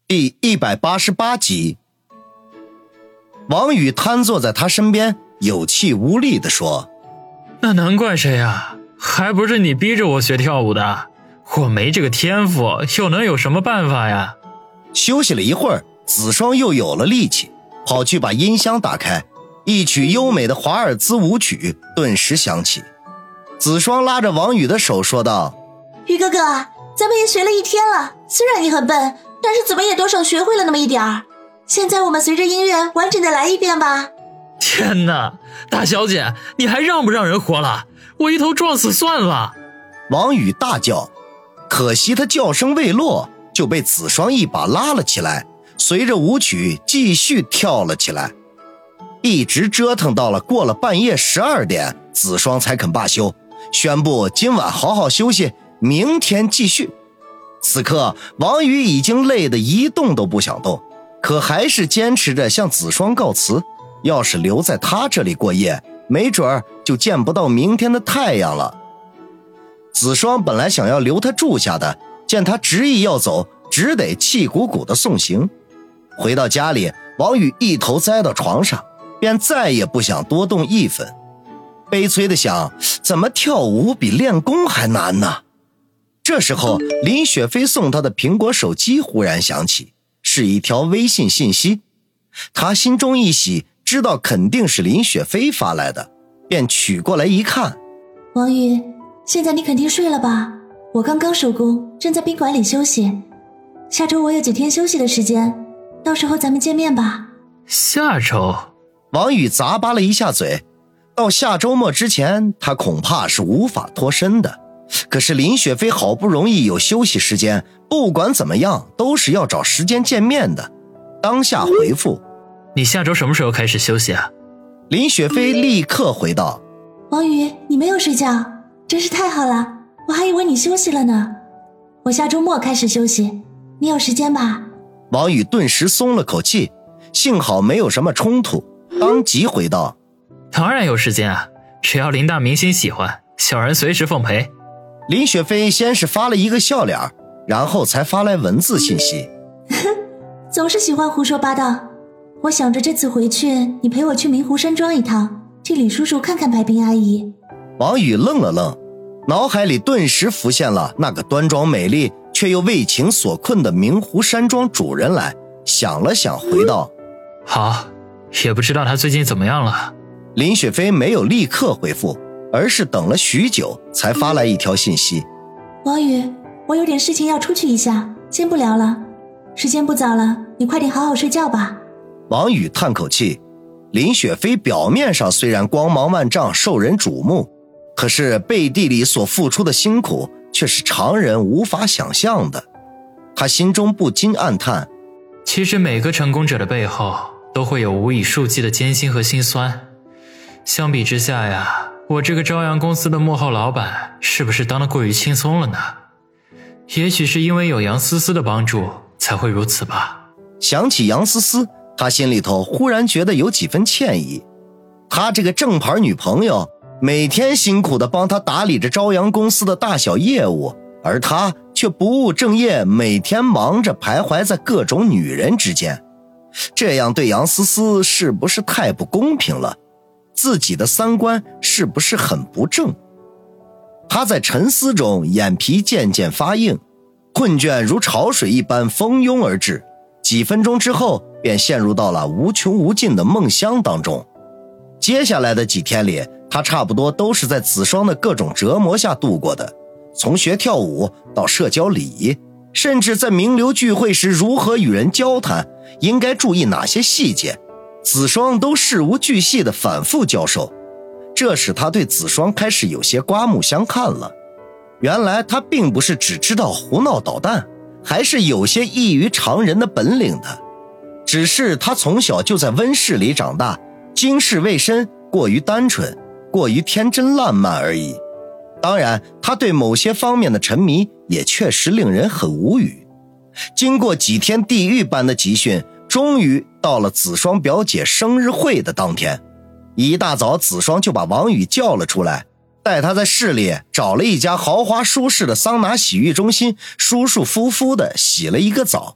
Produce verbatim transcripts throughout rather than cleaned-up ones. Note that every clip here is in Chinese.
第一百八十八集。王宇瘫坐在他身边，有气无力地说： 那能怪谁啊？还不是你逼着我学跳舞的，我没这个天赋，又能有什么办法呀？ 休息了一会儿，子双又有了力气，跑去把音箱打开，一曲优美的华尔兹舞曲顿时响起。子双拉着王宇的手说道： 宇哥哥，咱们也学了一天了，虽然你很笨，但是怎么也多少学会了那么一点儿。现在我们随着音乐完整的来一遍吧。 天哪，大小姐，你还让不让人活了？我一头撞死算了。 王宇大叫，可惜他叫声未落，就被子双一把拉了起来，随着舞曲继续跳了起来，一直折腾到了过了半夜十二点，子双才肯罢休，宣布今晚好好休息，明天继续。此刻王宇已经累得一动都不想动，可还是坚持着向子双告辞，要是留在他这里过夜，没准儿就见不到明天的太阳了。子双本来想要留他住下的，见他执意要走，只得气鼓鼓地送行。回到家里，王宇一头栽到床上，便再也不想多动一分，悲催地想，怎么跳舞比练功还难呢？这时候林雪飞送他的苹果手机忽然响起，是一条微信信息。他心中一喜，知道肯定是林雪飞发来的，便取过来一看。 王宇，现在你肯定睡了吧？我刚刚收工，正在宾馆里休息。下周我有几天休息的时间，到时候咱们见面吧。 下周？ 王宇咂巴了一下嘴，到下周末之前他恐怕是无法脱身的。可是林雪飞好不容易有休息时间，不管怎么样都是要找时间见面的。当下回复： 你下周什么时候开始休息啊？ 林雪飞立刻回道： 王宇，你没有睡觉，真是太好了，我还以为你休息了呢。我下周末开始休息，你有时间吧？ 王宇顿时松了口气，幸好没有什么冲突，当即回道： 当然有时间啊，只要林大明星喜欢，小人随时奉陪。 林雪飞先是发了一个笑脸，然后才发来文字信息： 总是喜欢胡说八道，我想着这次回去你陪我去明湖山庄一趟，替李叔叔看看白冰阿姨。 王宇愣了愣，脑海里顿时浮现了那个端庄美丽却又为情所困的明湖山庄主人来，想了想回道： 好，也不知道他最近怎么样了。 林雪飞没有立刻回复，而是等了许久才发来一条信息： 王宇，我有点事情要出去一下，先不聊了，时间不早了，你快点好好睡觉吧。 王宇叹口气，林雪飞表面上虽然光芒万丈受人瞩目，可是背地里所付出的辛苦却是常人无法想象的。他心中不禁暗叹， 其实每个成功者的背后都会有无以数计的艰辛和辛酸，相比之下呀，我这个朝阳公司的幕后老板是不是当得过于轻松了呢？也许是因为有杨思思的帮助才会如此吧。 想起杨思思，他心里头忽然觉得有几分歉意。他这个正牌女朋友每天辛苦地帮他打理着朝阳公司的大小业务，而他却不务正业，每天忙着徘徊在各种女人之间。这样对杨思思是不是太不公平了？自己的三观是不是很不正？他在沉思中眼皮渐渐发硬，困倦如潮水一般蜂拥而至，几分钟之后便陷入到了无穷无尽的梦乡当中。接下来的几天里，他差不多都是在子双的各种折磨下度过的，从学跳舞到社交礼仪，甚至在名流聚会时如何与人交谈，应该注意哪些细节，子双都事无巨细地反复教授。这使他对子双开始有些刮目相看了。原来他并不是只知道胡闹捣蛋，还是有些异于常人的本领的。只是他从小就在温室里长大，经世未深，过于单纯，过于天真烂漫而已。当然他对某些方面的沉迷也确实令人很无语。经过几天地狱般的集训，终于到了子双表姐生日会的当天。一大早子双就把王宇叫了出来，带他在市里找了一家豪华舒适的桑拿洗浴中心，舒舒服服的洗了一个澡，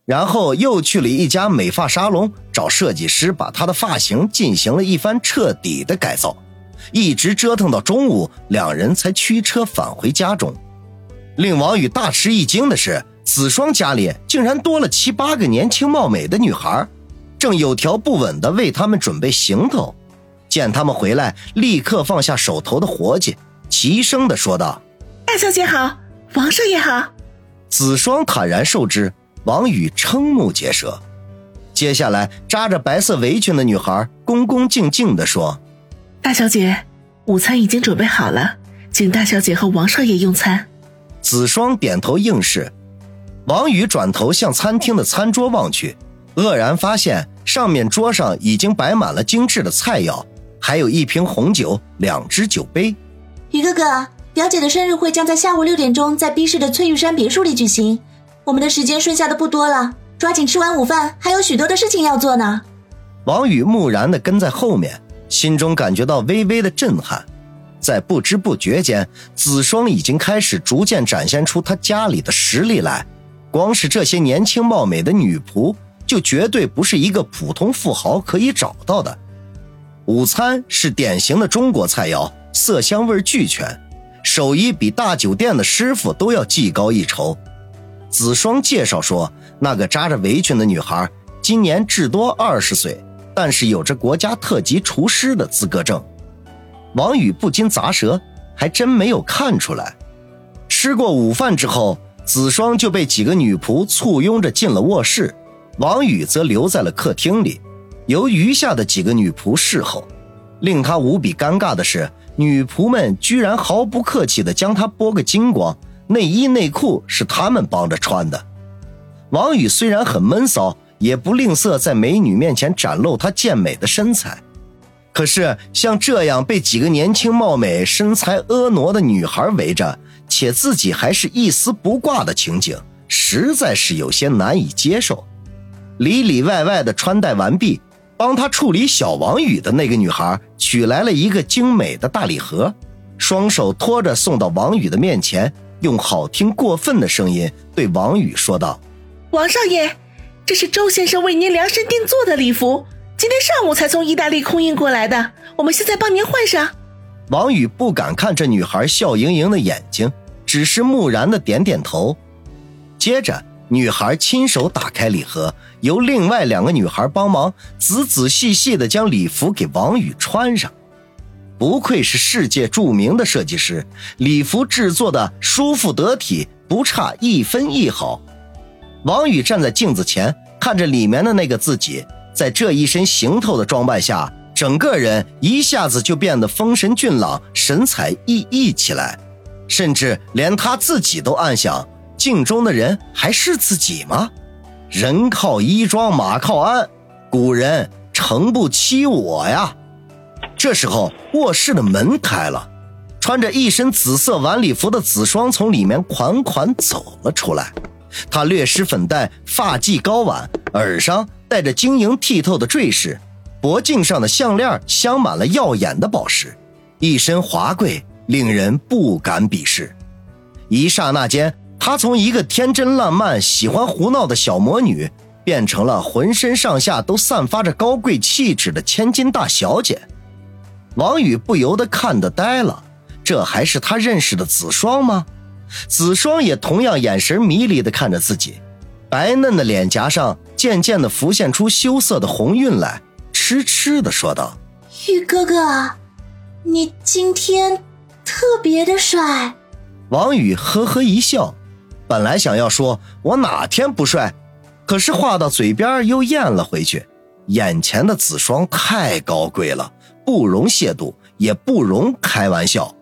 然后又去了一家美发沙龙，找设计师把他的发型进行了一番彻底的改造，一直折腾到中午，两人才驱车返回家中。令王宇大吃一惊的是，子双家里竟然多了七八个年轻貌美的女孩，正有条不紊地为他们准备行头。见他们回来，立刻放下手头的活计，齐声地说道： 大小姐好，王少爷好。 子双坦然受之，王宇瞠目结舌。接下来扎着白色围裙的女孩恭恭敬敬地说： 大小姐，午餐已经准备好了，请大小姐和王少爷用餐。 子双点头应是。王宇转头向餐厅的餐桌望去，愕然发现上面桌上已经摆满了精致的菜肴，还有一瓶红酒，两只酒杯。 宇哥哥，表姐的生日会将在下午六点钟在 B 市的翠玉山别墅里举行，我们的时间剩下的不多了，抓紧吃完午饭，还有许多的事情要做呢。 王宇木然地跟在后面，心中感觉到微微的震撼。在不知不觉间，子双已经开始逐渐展现出他家里的实力来。光是这些年轻貌美的女仆，就绝对不是一个普通富豪可以找到的。午餐是典型的中国菜肴，色香味俱全，手艺比大酒店的师傅都要技高一筹。子双介绍说，那个扎着围裙的女孩今年至多二十岁，但是有着国家特级厨师的资格证。王宇不禁咂舌，还真没有看出来。吃过午饭之后，子双就被几个女仆簇拥着进了卧室，王宇则留在了客厅里，由余下的几个女仆侍候。令他无比尴尬的是，女仆们居然毫不客气地将他剥个精光，内衣内裤是他们帮着穿的。王宇虽然很闷骚，也不吝啬在美女面前展露他健美的身材。可是像这样被几个年轻貌美、身材婀娜的女孩围着，且自己还是一丝不挂的情景，实在是有些难以接受。里里外外的穿戴完毕，帮他处理小王宇的那个女孩取来了一个精美的大礼盒，双手托着送到王宇的面前，用好听过分的声音对王宇说道： 王少爷，这是周先生为您量身定做的礼服，今天上午才从意大利空运过来的，我们现在帮您换上。 王宇不敢看这女孩笑盈盈的眼睛，只是木然的点点头。接着女孩亲手打开礼盒，由另外两个女孩帮忙仔仔细细地将礼服给王宇穿上。不愧是世界著名的设计师，礼服制作的舒服得体，不差一分一毫。王宇站在镜子前，看着里面的那个自己，在这一身行头的装扮下，整个人一下子就变得风神俊朗，神采奕奕起来，甚至连他自己都暗想，镜中的人还是自己吗？人靠衣装马靠鞍，古人诚不欺我呀。这时候卧室的门开了，穿着一身紫色晚礼服的子双从里面款款走了出来。她略施粉黛，发髻高挽，耳上戴着晶莹剔透的坠饰，脖颈上的项链镶满了耀眼的宝石，一身华贵，令人不敢鄙视。一刹那间，她从一个天真烂漫、喜欢胡闹的小魔女，变成了浑身上下都散发着高贵气质的千金大小姐。王宇不由得看得呆了，这还是他认识的子双吗？子双也同样眼神迷离地看着自己，白嫩的脸颊上渐渐地浮现出羞涩的红晕来，痴痴地说道： 宇哥哥，你今天特别的帅。 王宇呵呵一笑，本来想要说我哪天不帅，可是话到嘴边又咽了回去。眼前的子双太高贵了，不容亵渎，也不容开玩笑。